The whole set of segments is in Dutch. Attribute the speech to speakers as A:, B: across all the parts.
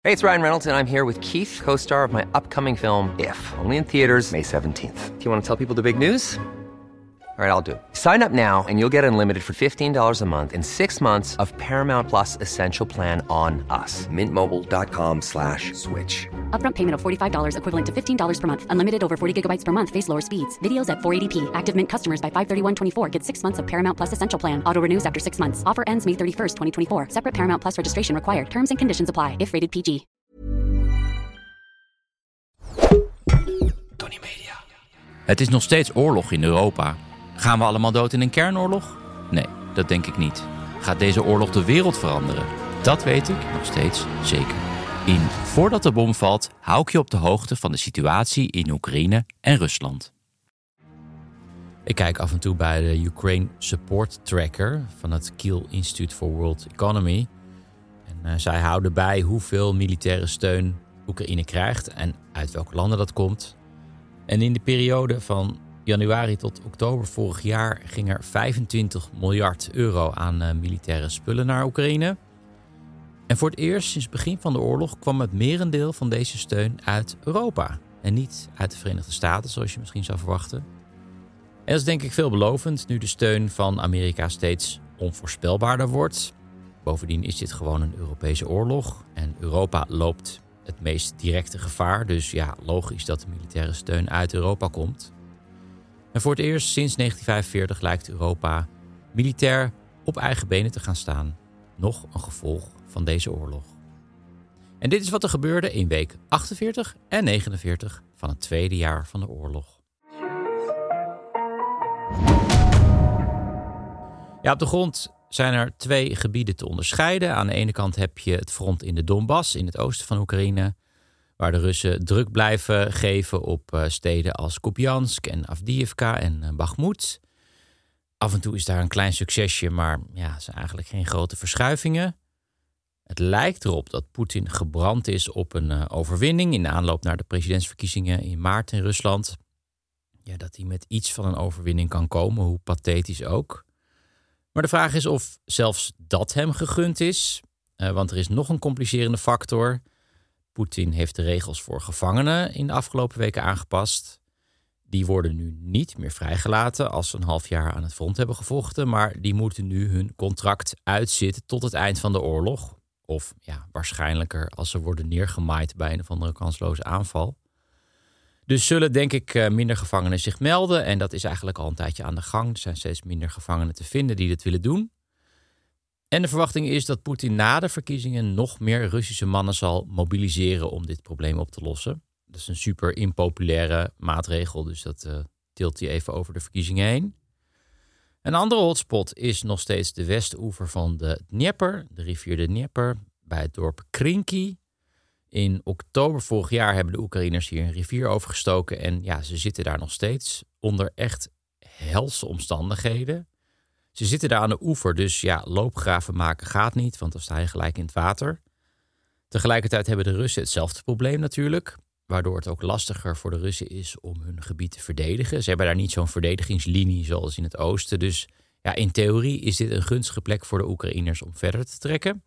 A: Hey, it's Ryan Reynolds, and I'm here with Keith, co-star of my upcoming film, If, only in theaters May 17th. Do you want to tell people the big news? All right, I'll do it. Sign up now and you'll get unlimited for $15 a month and 6 months of Paramount Plus Essential Plan on us. MintMobile.com/switch.
B: Upfront payment of $45 equivalent to $15 per month. Unlimited over 40 gigabytes per month. Face lower speeds. Videos at 480p. Active Mint customers by 531.24 get 6 months of Paramount Plus Essential Plan. Auto renews after 6 months. Offer ends May 31st, 2024. Separate Paramount Plus registration required. Terms and conditions apply if rated PG.
C: Tony Media. Het is nog steeds oorlog in Europa. Gaan we allemaal dood in een kernoorlog? Nee, dat denk ik niet. Gaat deze oorlog de wereld veranderen? Dat weet ik nog steeds zeker. Voordat de bom valt, hou ik je op de hoogte van de situatie in Oekraïne en Rusland. Ik kijk af en toe bij de Ukraine Support Tracker van het Kiel Institute for World Economy. En zij houden bij hoeveel militaire steun Oekraïne krijgt en uit welke landen dat komt. En in de periode van januari tot oktober vorig jaar ging er 25 miljard euro aan militaire spullen naar Oekraïne. En voor het eerst sinds het begin van de oorlog kwam het merendeel van deze steun uit Europa. En niet uit de Verenigde Staten, zoals je misschien zou verwachten. En dat is denk ik veelbelovend, nu de steun van Amerika steeds onvoorspelbaarder wordt. Bovendien is dit gewoon een Europese oorlog. En Europa loopt het meest directe gevaar. Dus ja, logisch dat de militaire steun uit Europa komt. En voor het eerst sinds 1945 lijkt Europa militair op eigen benen te gaan staan. Nog een gevolg van deze oorlog. En dit is wat er gebeurde in week 48 en 49 van het tweede jaar van de oorlog. Ja, op de grond zijn er 2 gebieden te onderscheiden. Aan de ene kant heb je het front in de Donbass, in het oosten van Oekraïne, waar de Russen druk blijven geven op steden als Kupiansk en Avdiivka en Bakhmut. Af en toe is daar een klein succesje, maar ja, er zijn eigenlijk geen grote verschuivingen. Het lijkt erop dat Poetin gebrand is op een overwinning in de aanloop naar de presidentsverkiezingen in maart in Rusland. Ja, dat hij met iets van een overwinning kan komen, hoe pathetisch ook. Maar de vraag is of zelfs dat hem gegund is, want er is nog een complicerende factor. Poetin heeft de regels voor gevangenen in de afgelopen weken aangepast. Die worden nu niet meer vrijgelaten als ze een half jaar aan het front hebben gevochten, maar die moeten nu hun contract uitzitten tot het eind van de oorlog. Of ja, waarschijnlijker als ze worden neergemaaid bij een of andere kansloze aanval. Dus zullen denk ik minder gevangenen zich melden. En dat is eigenlijk al een tijdje aan de gang. Er zijn steeds minder gevangenen te vinden die dit willen doen. En de verwachting is dat Poetin na de verkiezingen nog meer Russische mannen zal mobiliseren om dit probleem op te lossen. Dat is een super impopulaire maatregel, dus dat tilt hij even over de verkiezingen heen. Een andere hotspot is nog steeds de westoever van de Dnieper, de rivier de Dnieper, bij het dorp Krinky. In oktober vorig jaar hebben de Oekraïners hier een rivier overgestoken en ja, ze zitten daar nog steeds onder echt helse omstandigheden. Ze zitten daar aan de oever, dus ja, loopgraven maken gaat niet, want dan sta je gelijk in het water. Tegelijkertijd hebben de Russen hetzelfde probleem natuurlijk, waardoor het ook lastiger voor de Russen is om hun gebied te verdedigen. Ze hebben daar niet zo'n verdedigingslinie zoals in het oosten, dus ja, in theorie is dit een gunstige plek voor de Oekraïners om verder te trekken.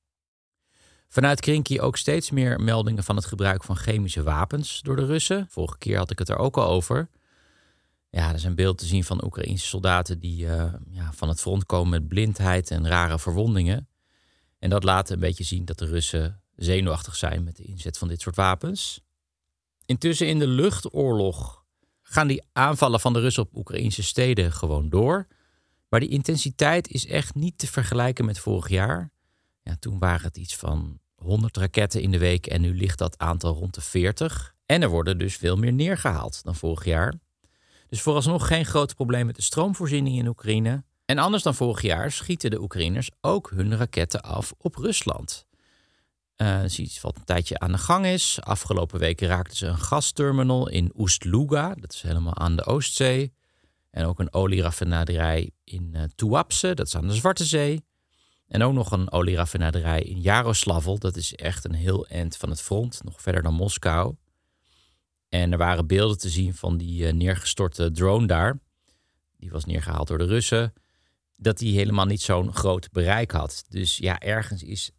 C: Vanuit Krinky ook steeds meer meldingen van het gebruik van chemische wapens door de Russen. Vorige keer had ik het er ook al over. Ja, er zijn beelden te zien van Oekraïnse soldaten die van het front komen met blindheid en rare verwondingen. En dat laat een beetje zien dat de Russen zenuwachtig zijn met de inzet van dit soort wapens. Intussen in de luchtoorlog gaan die aanvallen van de Russen op Oekraïnse steden gewoon door. Maar die intensiteit is echt niet te vergelijken met vorig jaar. Ja, toen waren het iets van 100 raketten in de week en nu ligt dat aantal rond de 40. En er worden dus veel meer neergehaald dan vorig jaar. Dus vooralsnog geen grote probleem met de stroomvoorziening in Oekraïne. En anders dan vorig jaar schieten de Oekraïners ook hun raketten af op Rusland. Dat is iets wat een tijdje aan de gang is. Afgelopen weken raakten ze een gasterminal in Oest-Luga. Dat is helemaal aan de Oostzee. En ook een olieraffinaderij in Tuapse, dat is aan de Zwarte Zee. En ook nog een olieraffinaderij in Jaroslavl. Dat is echt een heel eind van het front, nog verder dan Moskou. En er waren beelden te zien van die neergestorte drone daar. Die was neergehaald door de Russen. Dat die helemaal niet zo'n groot bereik had. Dus ja, ergens is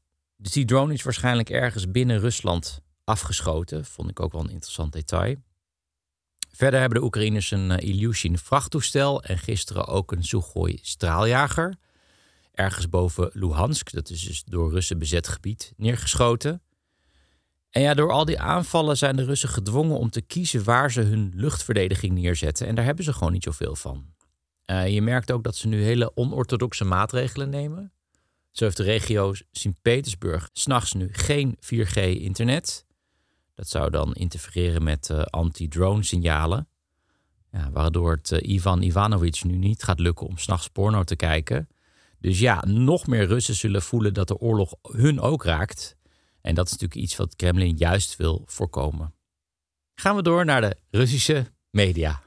C: Dus die drone is waarschijnlijk ergens binnen Rusland afgeschoten. Vond ik ook wel een interessant detail. Verder hebben de Oekraïners een Ilyushin vrachttoestel en gisteren ook een Sukhoi straaljager. Ergens boven Luhansk, dat is dus door Russen bezet gebied, neergeschoten. En ja, door al die aanvallen zijn de Russen gedwongen om te kiezen waar ze hun luchtverdediging neerzetten. En daar hebben ze gewoon niet zoveel van. Je merkt ook dat ze nu hele onorthodoxe maatregelen nemen. Zo heeft de regio Sint-Petersburg 's nachts nu geen 4G-internet. Dat zou dan interfereren met anti-drone signalen. Ja, waardoor het Ivan Ivanovic nu niet gaat lukken om 's nachts porno te kijken. Dus ja, nog meer Russen zullen voelen dat de oorlog hun ook raakt. En dat is natuurlijk iets wat het Kremlin juist wil voorkomen. Gaan we door naar de Russische media.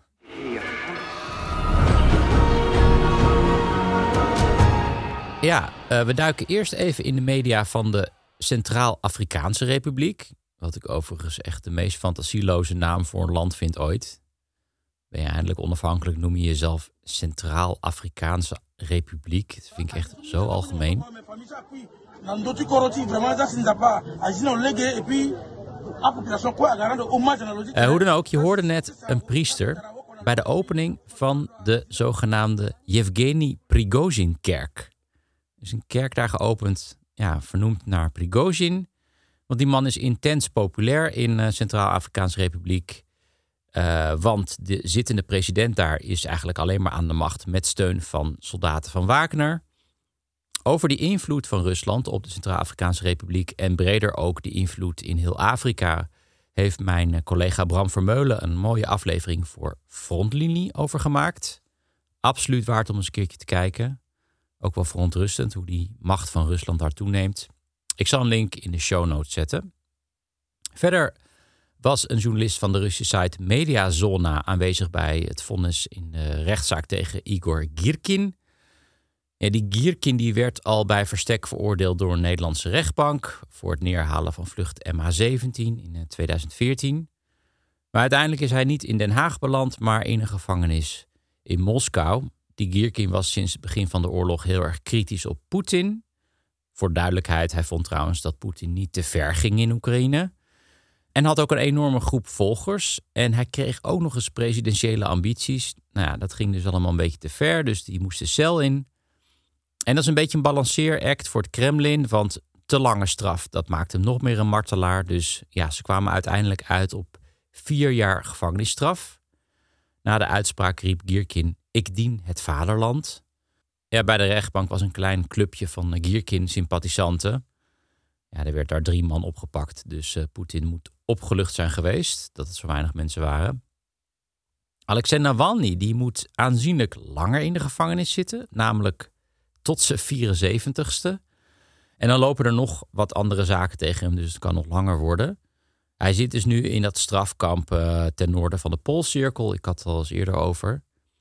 C: Ja, we duiken eerst even in de media van de Centraal-Afrikaanse Republiek. Wat ik overigens echt de meest fantasieloze naam voor een land vind ooit. Ben je eindelijk onafhankelijk, noem je jezelf Centraal-Afrikaanse Republiek. Dat vind ik echt zo algemeen. Hoe dan ook, je hoorde net een priester bij de opening van de zogenaamde Yevgeny Prigozhin-kerk. Er is een kerk daar geopend, ja, vernoemd naar Prigozhin. Want die man is intens populair in Centraal-Afrikaanse Republiek. Want de zittende president daar is eigenlijk alleen maar aan de macht met steun van soldaten van Wagner. Over die invloed van Rusland op de Centraal-Afrikaanse Republiek en breder ook de invloed in heel Afrika heeft mijn collega Bram Vermeulen een mooie aflevering voor Frontlinie over gemaakt. Absoluut waard om eens een keertje te kijken. Ook wel verontrustend hoe die macht van Rusland daar toeneemt. Ik zal een link in de show notes zetten. Verder was een journalist van de Russische site Mediazona aanwezig bij het vonnis in de rechtszaak tegen Igor Girkin. Ja, die Girkin die werd al bij verstek veroordeeld door een Nederlandse rechtbank voor het neerhalen van vlucht MH17 in 2014. Maar uiteindelijk is hij niet in Den Haag beland, maar in een gevangenis in Moskou. Die Girkin was sinds het begin van de oorlog heel erg kritisch op Poetin. Voor duidelijkheid, hij vond trouwens dat Poetin niet te ver ging in Oekraïne. En had ook een enorme groep volgers. En hij kreeg ook nog eens presidentiële ambities. Nou ja, dat ging dus allemaal een beetje te ver, dus die moest de cel in. En dat is een beetje een balanceeract voor het Kremlin, want te lange straf, dat maakt hem nog meer een martelaar. Dus ja, ze kwamen uiteindelijk uit op 4 jaar gevangenisstraf. Na de uitspraak riep Girkin, ik dien het vaderland. Ja, bij de rechtbank was een klein clubje van Girkin-sympathisanten. Ja, er werd daar 3 man opgepakt, dus Poetin moet opgelucht zijn geweest dat het zo weinig mensen waren. Alexei Navalny, die moet aanzienlijk langer in de gevangenis zitten, namelijk tot zijn 74ste. En dan lopen er nog wat andere zaken tegen hem, dus het kan nog langer worden. Hij zit dus nu in dat strafkamp ten noorden van de Poolcirkel. Ik had het al eens eerder over.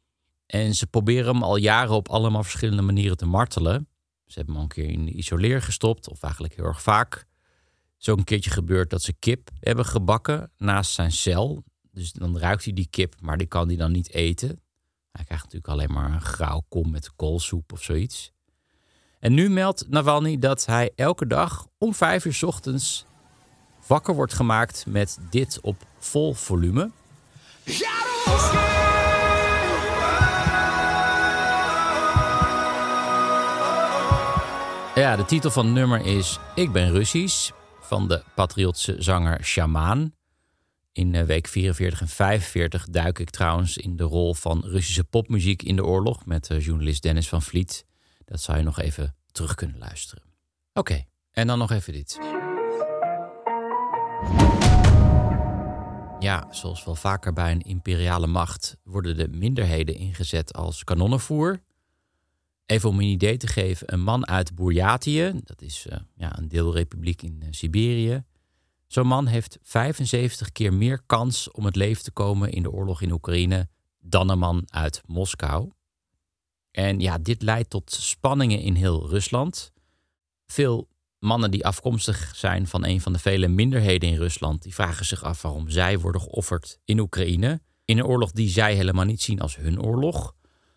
C: En ze proberen hem al jaren op allemaal verschillende manieren te martelen. Ze hebben hem al een keer in de isoleer gestopt, of eigenlijk heel erg vaak. Het is ook een keertje gebeurd dat ze kip hebben gebakken naast zijn cel. Dus dan ruikt hij die kip, maar die kan hij dan niet eten. Hij krijgt natuurlijk alleen maar een grauw kom met koolsoep of zoiets. En nu meldt Navalny dat hij elke dag om 5 uur 's ochtends wakker wordt gemaakt met dit op vol volume. Ja, de titel van het nummer is Ik ben Russisch, van de patriotse zanger Shaman. In week 44 en 45 duik ik trouwens in de rol van Russische popmuziek in de oorlog met journalist Dennis van Vliet. Dat zou je nog even terug kunnen luisteren. Oké, en dan nog even dit. Ja, zoals wel vaker bij een imperiale macht worden de minderheden ingezet als kanonnenvoer. Even om een idee te geven, een man uit Boerjatië, dat is een deelrepubliek in Siberië. Zo'n man heeft 75 keer meer kans om het leven te komen in de oorlog in Oekraïne dan een man uit Moskou. En ja, dit leidt tot spanningen in heel Rusland. Veel mannen die afkomstig zijn van een van de vele minderheden in Rusland, die vragen zich af waarom zij worden geofferd in Oekraïne. In een oorlog die zij helemaal niet zien als hun oorlog.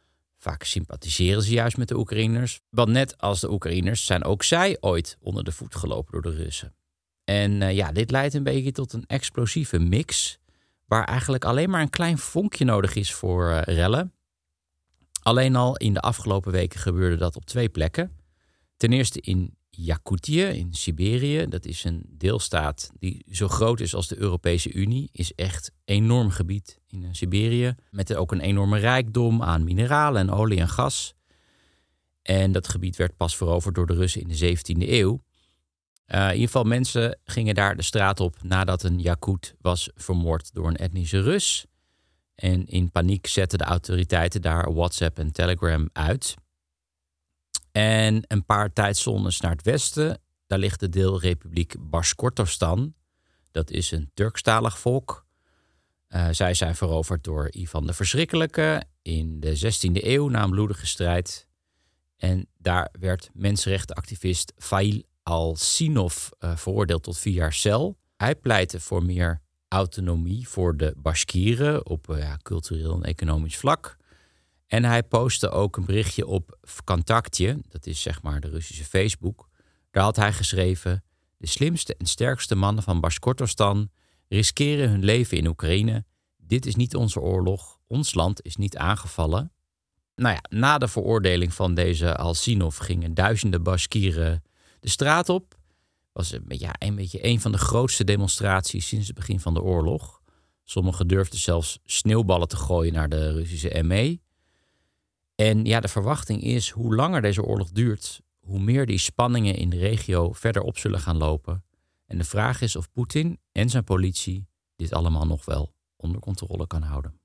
C: Vaak sympathiseren ze juist met de Oekraïners. Want net als de Oekraïners zijn ook zij ooit onder de voet gelopen door de Russen. En dit leidt een beetje tot een explosieve mix, waar eigenlijk alleen maar een klein vonkje nodig is voor rellen. Alleen al in de afgelopen weken gebeurde dat op 2 plekken. Ten eerste in Jakutië in Siberië. Dat is een deelstaat die zo groot is als de Europese Unie. Is echt een enorm gebied in Siberië. Met ook een enorme rijkdom aan mineralen en olie en gas. En dat gebied werd pas veroverd door de Russen in de 17e eeuw. In ieder geval mensen gingen daar de straat op nadat een Jakut was vermoord door een etnische Rus. En in paniek zetten de autoriteiten daar WhatsApp en Telegram uit. En een paar tijdzones naar het westen, daar ligt de deelrepubliek Bashkortostan. Dat is een Turkstalig volk. Zij zijn veroverd door Ivan de Verschrikkelijke in de 16e eeuw na een bloedige strijd. En daar werd mensenrechtenactivist Fail Alsinov veroordeeld tot 4 jaar cel. Hij pleitte voor meer autonomie voor de Bashkieren op cultureel en economisch vlak. En hij postte ook een berichtje op Vkontakte, dat is zeg maar de Russische Facebook. Daar had hij geschreven: de slimste en sterkste mannen van Bashkortostan riskeren hun leven in Oekraïne. Dit is niet onze oorlog, ons land is niet aangevallen. Na de veroordeling van deze Alsinov gingen duizenden Bashkieren de straat op. Was een beetje een van de grootste demonstraties sinds het begin van de oorlog. Sommigen durfden zelfs sneeuwballen te gooien naar de Russische ME. En de verwachting is, hoe langer deze oorlog duurt, hoe meer die spanningen in de regio verder op zullen gaan lopen. En de vraag is of Poetin en zijn politie dit allemaal nog wel onder controle kan houden.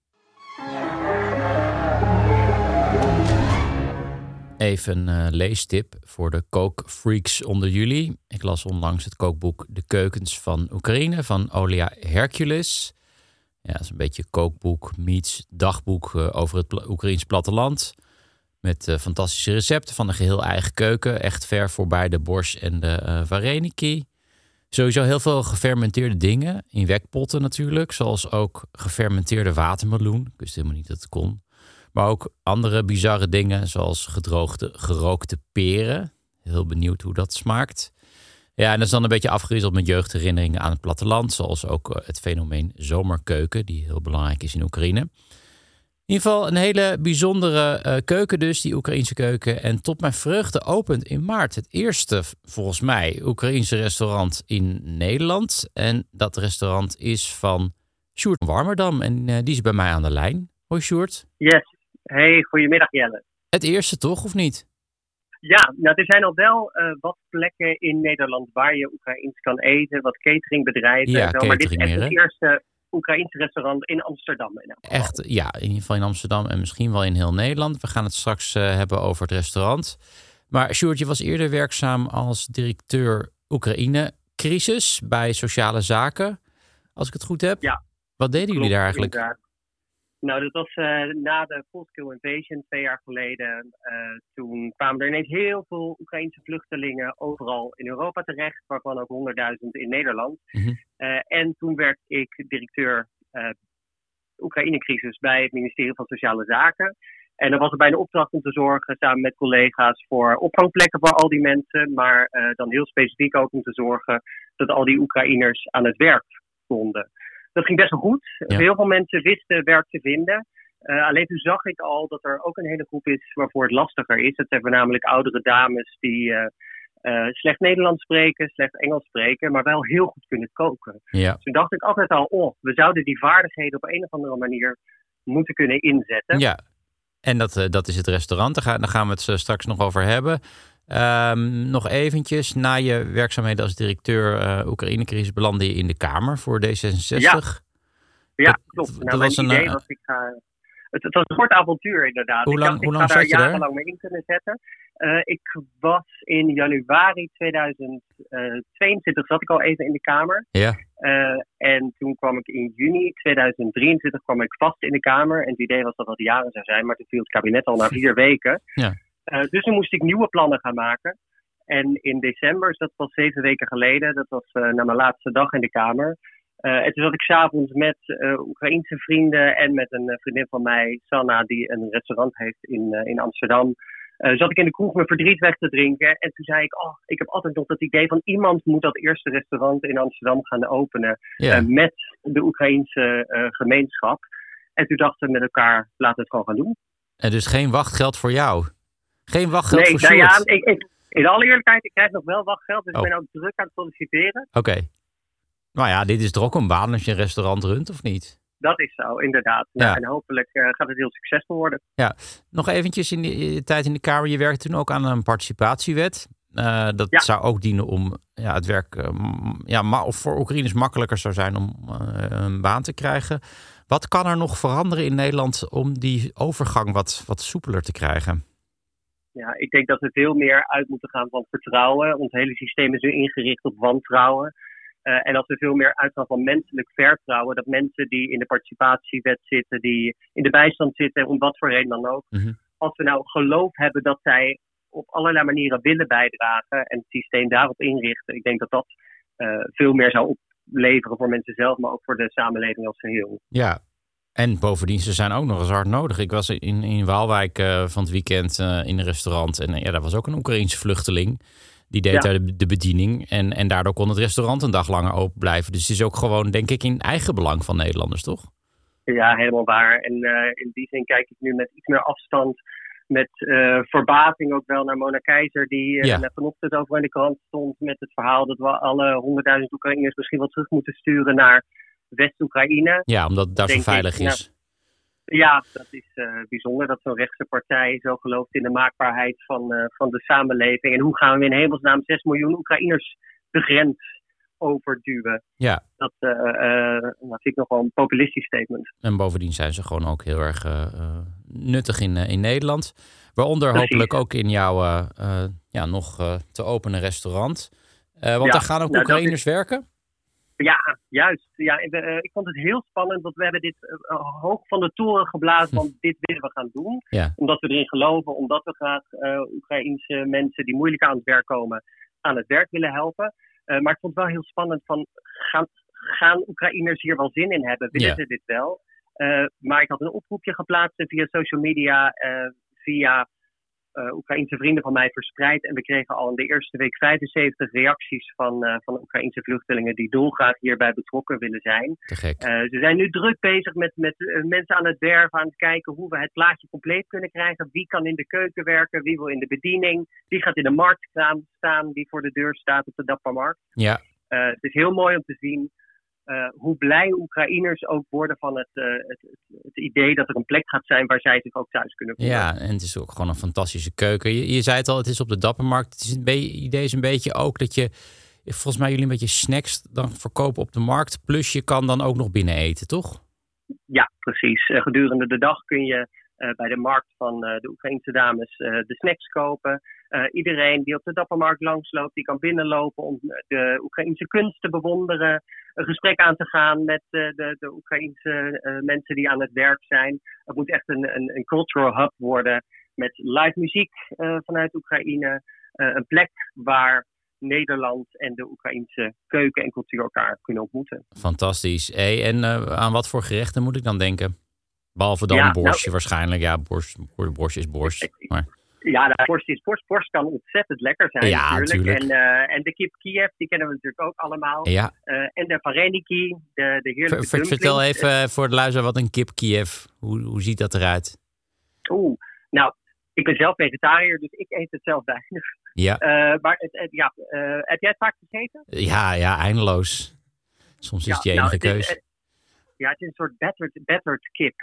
C: Even een leestip voor de kookfreaks onder jullie. Ik las onlangs het kookboek De Keukens van Oekraïne van Olia Hercules. Ja, dat is een beetje kookboek meets dagboek over het Oekraïns platteland. Met fantastische recepten van een geheel eigen keuken. Echt ver voorbij de borsch en de vareniki. Sowieso heel veel gefermenteerde dingen. In wekpotten natuurlijk. Zoals ook gefermenteerde watermeloen. Ik wist helemaal niet dat het kon. Maar ook andere bizarre dingen. Zoals gerookte peren. Heel benieuwd hoe dat smaakt. Ja, en dat is dan een beetje afgewisseld met jeugdherinneringen aan het platteland. Zoals ook het fenomeen zomerkeuken. Die heel belangrijk is in Oekraïne. In ieder geval een hele bijzondere keuken dus, die Oekraïense keuken. En tot mijn vreugde opent in maart het eerste, volgens mij, Oekraïense restaurant in Nederland. En dat restaurant is van Sjoerd Warmerdam. En die is bij mij aan de lijn. Hoi Sjoerd.
D: Yes. Hey, goedemiddag Jelle.
C: Het eerste toch, of niet?
D: Ja, er zijn al wel wat plekken in Nederland waar je Oekraïens kan eten. Wat cateringbedrijven.
C: Ja,
D: maar dit is echt het eerste Oekraïense restaurant in Amsterdam.
C: Echt, in ieder geval in Amsterdam en misschien wel in heel Nederland. We gaan het straks hebben over het restaurant. Maar Sjoerd, je was eerder werkzaam als directeur Oekraïne-crisis bij Sociale Zaken. Als ik het goed heb.
D: Ja.
C: Wat deden jullie daar eigenlijk?
D: Inderdaad. Nou, dat was na de full-scale invasion 2 jaar geleden. Toen kwamen er ineens heel veel Oekraïnse vluchtelingen overal in Europa terecht. Waarvan ook 100.000 in Nederland. Mm-hmm. En toen werd ik directeur Oekraïne-crisis bij het ministerie van Sociale Zaken. En dan was er bij een opdracht om te zorgen samen met collega's voor opvangplekken voor al die mensen. Maar dan heel specifiek ook om te zorgen dat al die Oekraïners aan het werk konden. Dat ging best wel goed. Ja. Heel veel mensen wisten werk te vinden. Alleen toen zag ik al dat er ook een hele groep is waarvoor het lastiger is. Het zijn voornamelijk oudere dames die slecht Nederlands spreken, slecht Engels spreken, maar wel heel goed kunnen koken. Ja. Toen dacht ik altijd al, we zouden die vaardigheden op een of andere manier moeten kunnen inzetten.
C: Ja, en dat is het restaurant. Daar gaan we het straks nog over hebben. Nog eventjes, na je werkzaamheden als directeur Oekraïne-crisis belandde je in de Kamer voor D66.
D: Ja, klopt. Nou, mijn idee was, het was een kort avontuur inderdaad.
C: Hoe lang
D: ik ga daar jarenlang mee in kunnen zetten. Ik was in januari 2022, zat ik al even in de Kamer. Ja. En toen kwam ik in juni 2023 kwam ik vast in de Kamer. En het idee was dat dat jaren zou zijn, maar toen viel het kabinet al na 4 weken. Ja. Dus toen moest ik nieuwe plannen gaan maken. En in december, dus dat was 7 weken geleden, dat was na mijn laatste dag in de Kamer, En toen zat ik 's avonds met Oekraïense vrienden en met een vriendin van mij, Sanna, die een restaurant heeft in Amsterdam. Zat ik in de kroeg mijn verdriet weg te drinken. En toen zei ik, ik heb altijd nog dat idee van iemand moet dat eerste restaurant in Amsterdam gaan openen. Met de Oekraïense gemeenschap. En toen dachten we met elkaar, laten we het gewoon gaan doen.
C: En dus geen wachtgeld voor jou? Geen wachtgeld voor
D: Sjoerd?
C: Sjoerd?
D: Ja, in alle eerlijkheid, ik krijg nog wel wachtgeld. Dus ik ben ook druk aan het solliciteren.
C: Oké. Nou ja, dit is toch ook een baan als je een restaurant runt, of niet?
D: Dat is zo, inderdaad. Ja. En hopelijk gaat het heel succesvol worden.
C: Ja, nog eventjes in de tijd in de Kamer. Je werkte toen ook aan een participatiewet. Dat zou ook dienen om het werk of voor Oekraïners makkelijker zou zijn om een baan te krijgen. Wat kan er nog veranderen in Nederland om die overgang wat soepeler te krijgen?
D: Ja, ik denk dat we veel meer uit moeten gaan van vertrouwen. Ons hele systeem is nu ingericht op wantrouwen. En als we veel meer uitgaan van menselijk vertrouwen, dat mensen die in de participatiewet zitten, die in de bijstand zitten, om wat voor reden dan ook. Als we nou geloof hebben dat zij op allerlei manieren willen bijdragen en het systeem daarop inrichten, ik denk dat dat veel meer zou opleveren voor mensen zelf, maar ook voor de samenleving als geheel. Ja.
C: En bovendien, ze zijn ook nog eens hard nodig. Ik was in Waalwijk van het weekend in een restaurant en daar was ook een Oekraïense vluchteling. Die deed daar de bediening en daardoor kon het restaurant een dag langer open blijven. Dus het is ook gewoon, denk ik, in eigen belang van Nederlanders, toch?
D: Ja, helemaal waar. En in die zin kijk ik nu met iets meer afstand, met verbazing ook wel naar Mona Keizer, die vanochtend over in de krant stond met het verhaal dat we alle 100.000 Oekraïners misschien wel terug moeten sturen naar West-Oekraïne.
C: Ja, omdat het daar zo veilig is.
D: Ja, dat is bijzonder dat zo'n rechtse partij zo gelooft in de maakbaarheid van de samenleving. En hoe gaan we in hemelsnaam 6 miljoen Oekraïners de grens overduwen? Ja. Dat vind ik nog wel een populistisch statement.
C: En bovendien zijn ze gewoon ook heel erg nuttig in Nederland. Waaronder Precies. Hopelijk ook in jouw nog te openen restaurant. Want daar gaan ook Oekraïners werken?
D: Ja, juist. Ja, ik vond het heel spannend, want we hebben dit hoog van de toren geblazen van dit willen we gaan doen. Ja. Omdat we erin geloven, omdat we graag Oekraïense mensen die moeilijk aan het werk komen, aan het werk willen helpen. Maar ik vond het wel heel spannend van, gaan Oekraïners hier wel zin in hebben? Willen ze dit wel? Maar ik had een oproepje geplaatst via social media, via Oekraïense vrienden van mij verspreid. En we kregen al in de eerste week 75 reacties van Oekraïense vluchtelingen die dolgraag hierbij betrokken willen zijn.
C: Te gek.
D: Ze zijn nu druk bezig met mensen aan het werven, aan het kijken hoe we het plaatje compleet kunnen krijgen. Wie kan in de keuken werken, wie wil in de bediening, wie gaat in de marktkraam staan die voor de deur staat op de Dappermarkt. Ja. Het is heel mooi om te zien hoe blij Oekraïners ook worden van het idee dat er een plek gaat zijn waar zij zich ook thuis kunnen voelen.
C: Ja, en het is ook gewoon een fantastische keuken. Je zei het al, het is op de Dappermarkt. Het idee is een beetje ook dat je, volgens mij jullie een beetje snacks dan verkopen op de markt. Plus je kan dan ook nog binnen eten, toch?
D: Ja, precies. Gedurende de dag kun je bij de markt van de Oekraïnse dames de snacks kopen. Iedereen die op de Dappermarkt langsloopt, die kan binnenlopen om de Oekraïnse kunst te bewonderen. Een gesprek aan te gaan met de Oekraïnse mensen die aan het werk zijn. Het moet echt een cultural hub worden met live muziek vanuit Oekraïne. Een plek waar Nederland en de Oekraïnse keuken en cultuur elkaar kunnen ontmoeten.
C: Fantastisch. En aan wat voor gerechten moet ik dan denken? Behalve dan borstje waarschijnlijk. Ja, borst is borst. Maar...
D: Ja, borst is borst. Borst kan ontzettend lekker zijn natuurlijk. En de kip Kiev, die kennen we natuurlijk ook allemaal. Ja. En de vareniki, de heerlijke dumpling.
C: Vertel even voor de luisteraar wat een kip Kiev. Hoe ziet dat eruit?
D: Nou, ik ben zelf vegetariër, dus ik eet het zelf weinig. Ja. Maar heb jij het vaak gegeten?
C: Ja, eindeloos. Soms is het je enige keus.
D: Het is een soort battered kip.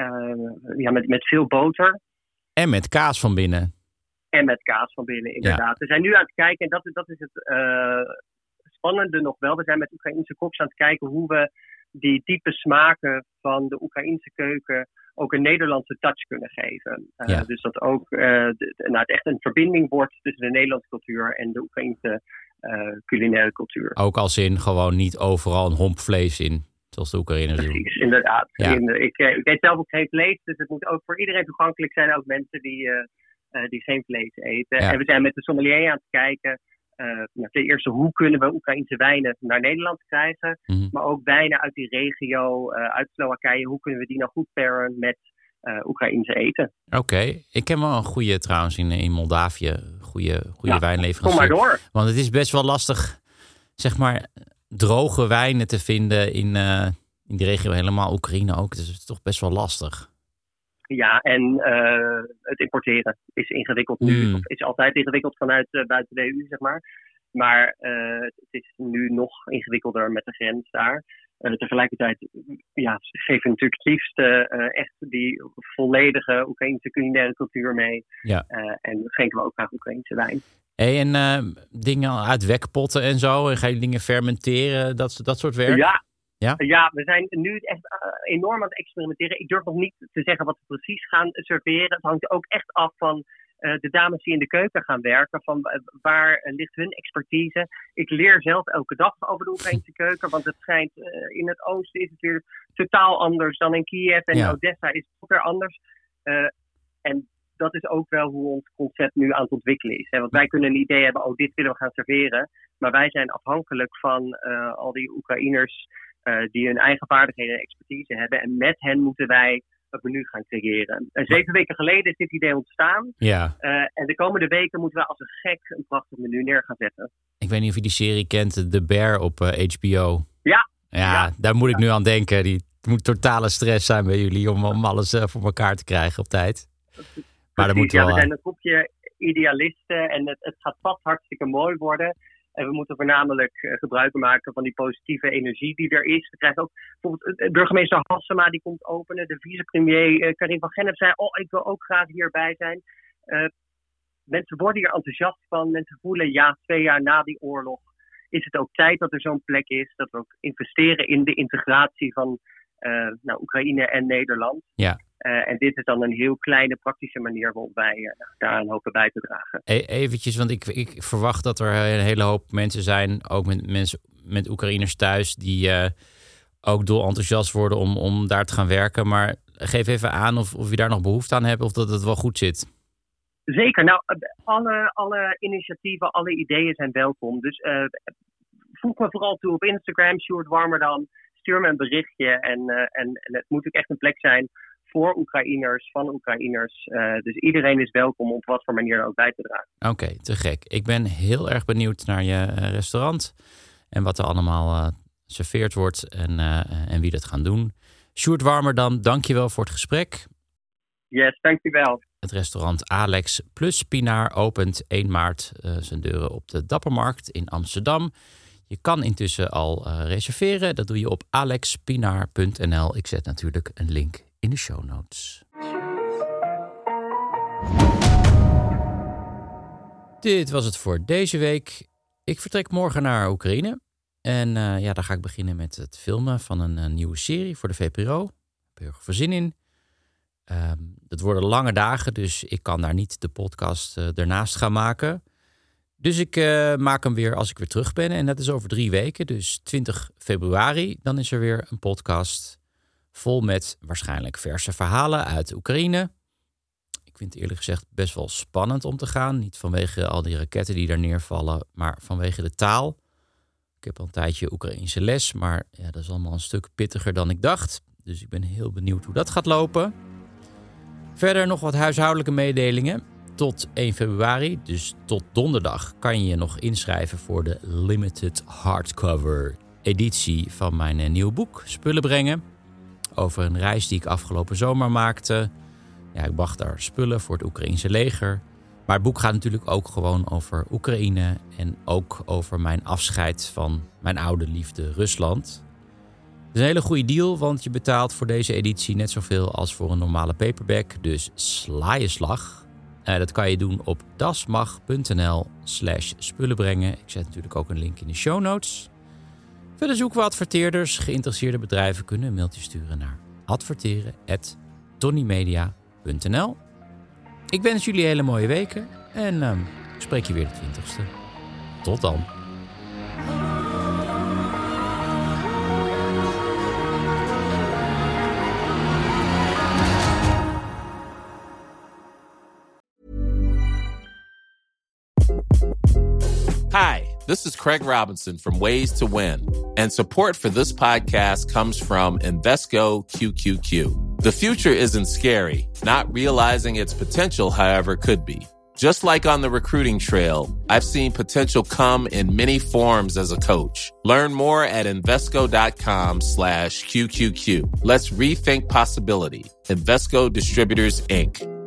D: Met veel boter.
C: En met kaas van binnen.
D: En met kaas van binnen, inderdaad. Ja. We zijn nu aan het kijken, en dat is het spannende nog wel. We zijn met Oekraïense koks aan het kijken hoe we die diepe smaken van de Oekraïense keuken ook een Nederlandse touch kunnen geven. Dus dat ook het echt een verbinding wordt tussen de Nederlandse cultuur en de Oekraïense culinaire cultuur.
C: Ook als in gewoon niet overal een homp vlees in. Zoals de Oekraïners doen.
D: Precies, inderdaad. Ja. Ik eet zelf ook geen vlees, dus het moet ook voor iedereen toegankelijk zijn. Ook mensen die geen vlees eten. Ja. En we zijn met de sommelier aan het kijken ten eerste, hoe kunnen we Oekraïnse wijnen naar Nederland krijgen?
C: Mm-hmm.
D: Maar ook wijnen uit die regio, uit Slowakije. Hoe kunnen we die nou goed paren met Oekraïnse eten?
C: Oké. Ik ken wel een goede trouwens in Moldavië. Goede wijnleverancier.
D: Kom maar door.
C: Want het is best wel lastig, zeg maar, droge wijnen te vinden in die regio. Helemaal Oekraïne ook. Dus het is toch best wel lastig.
D: Ja, en het importeren is ingewikkeld nu. Of is altijd ingewikkeld vanuit buiten de EU, zeg maar. Maar het is nu nog ingewikkelder met de grens daar. Tegelijkertijd geven we natuurlijk het liefst echt die volledige Oekraïnse culinaire cultuur mee. Ja. En schenken we ook graag Oekraïnse wijn.
C: Hey, en dingen uit wekpotten en zo? En ga je dingen fermenteren? Dat soort werk?
D: Ja, we zijn nu echt enorm aan het experimenteren. Ik durf nog niet te zeggen wat we precies gaan serveren. Het hangt ook echt af van de dames die in de keuken gaan werken. Van waar ligt hun expertise? Ik leer zelf elke dag over de Oekraïnse keuken. Want het schijnt in het oosten is het weer totaal anders dan in Kiev. En in Odessa is het ook weer anders. En dat is ook wel hoe ons concept nu aan het ontwikkelen is. Hè? Want wij kunnen een idee hebben, dit willen we gaan serveren. Maar wij zijn afhankelijk van al die Oekraïners die hun eigen vaardigheden en expertise hebben. En met hen moeten wij het menu gaan creëren. 7 weken geleden is dit idee ontstaan. Ja. En de komende weken moeten we als een gek een prachtig menu neer gaan zetten.
C: Ik weet niet of je die serie kent, The Bear op HBO.
D: Ja,
C: daar moet ik nu aan denken. Het moet totale stress zijn bij jullie om alles voor elkaar te krijgen op tijd. Maar dat moet wel.
D: We zijn een groepje idealisten en het gaat vast hartstikke mooi worden. En we moeten voornamelijk gebruik maken van die positieve energie die er is. We krijgen ook bijvoorbeeld burgemeester Halsema die komt openen. De vicepremier Karin van Gennep zei, ik wil ook graag hierbij zijn. Mensen worden hier enthousiast van. Mensen voelen, 2 jaar na die oorlog is het ook tijd dat er zo'n plek is. Dat we ook investeren in de integratie van Oekraïne en Nederland. Ja. En dit is dan een heel kleine praktische manier waarop wij daaraan hopen bij te dragen.
C: Eventjes, want ik verwacht dat er een hele hoop mensen zijn, ook met Oekraïners thuis, die ook dolenthousiast worden om daar te gaan werken. Maar geef even aan of je daar nog behoefte aan hebt of dat het wel goed zit.
D: Zeker. Nou, alle initiatieven, alle ideeën zijn welkom. Dus voeg me vooral toe op Instagram, Sjoerd Warmerdam. Stuur me een berichtje en het moet ook echt een plek zijn voor Oekraïners, van Oekraïners. Dus iedereen is welkom op wat voor manier ook bij te dragen.
C: Oké, te gek. Ik ben heel erg benieuwd naar je restaurant en wat er allemaal serveerd wordt en wie dat gaan doen. Sjoerd Warmerdam, dank je wel voor het gesprek.
D: Yes, dank je wel.
C: Het restaurant Alex plus Pinaar opent 1 maart zijn deuren op de Dappermarkt in Amsterdam. Je kan intussen al reserveren. Dat doe je op alexpinaar.nl. Ik zet natuurlijk een link in de show notes. Dit was het voor deze week. Ik vertrek morgen naar Oekraïne. En daar ga ik beginnen met het filmen van een nieuwe serie voor de VPRO. Ik heb er heel veel zin in. Het worden lange dagen, dus ik kan daar niet de podcast ernaast gaan maken. Dus ik maak hem weer als ik weer terug ben. En dat is over 3 weken, dus 20 februari. Dan is er weer een podcast vol met waarschijnlijk verse verhalen uit Oekraïne. Ik vind het eerlijk gezegd best wel spannend om te gaan. Niet vanwege al die raketten die daar neervallen, maar vanwege de taal. Ik heb al een tijdje Oekraïense les, maar dat is allemaal een stuk pittiger dan ik dacht. Dus ik ben heel benieuwd hoe dat gaat lopen. Verder nog wat huishoudelijke mededelingen. Tot 1 februari, dus tot donderdag, kan je je nog inschrijven voor de limited hardcover editie van mijn nieuwe boek Spullen brengen. Over een reis die ik afgelopen zomer maakte. Ja, ik bracht daar spullen voor het Oekraïense leger. Maar het boek gaat natuurlijk ook gewoon over Oekraïne en ook over mijn afscheid van mijn oude liefde Rusland. Het is een hele goede deal, want je betaalt voor deze editie net zoveel als voor een normale paperback. Dus sla je slag. Dat kan je doen op dasmag.nl/spullenbrengen. Ik zet natuurlijk ook een link in de show notes. Verder zoeken we adverteerders. Geïnteresseerde bedrijven kunnen een mailtje sturen naar adverteren@tonymedia.nl. Ik wens jullie hele mooie weken en ik spreek je weer de 20e. Tot dan.
E: Hi, this is Craig Robinson from Ways to Win, and support for this podcast comes from Invesco QQQ. The future isn't scary. Not realizing its potential, however, could be. Just like on the recruiting trail, I've seen potential come in many forms as a coach. Learn more at Invesco.com/QQQ. Let's rethink possibility. Invesco Distributors, Inc.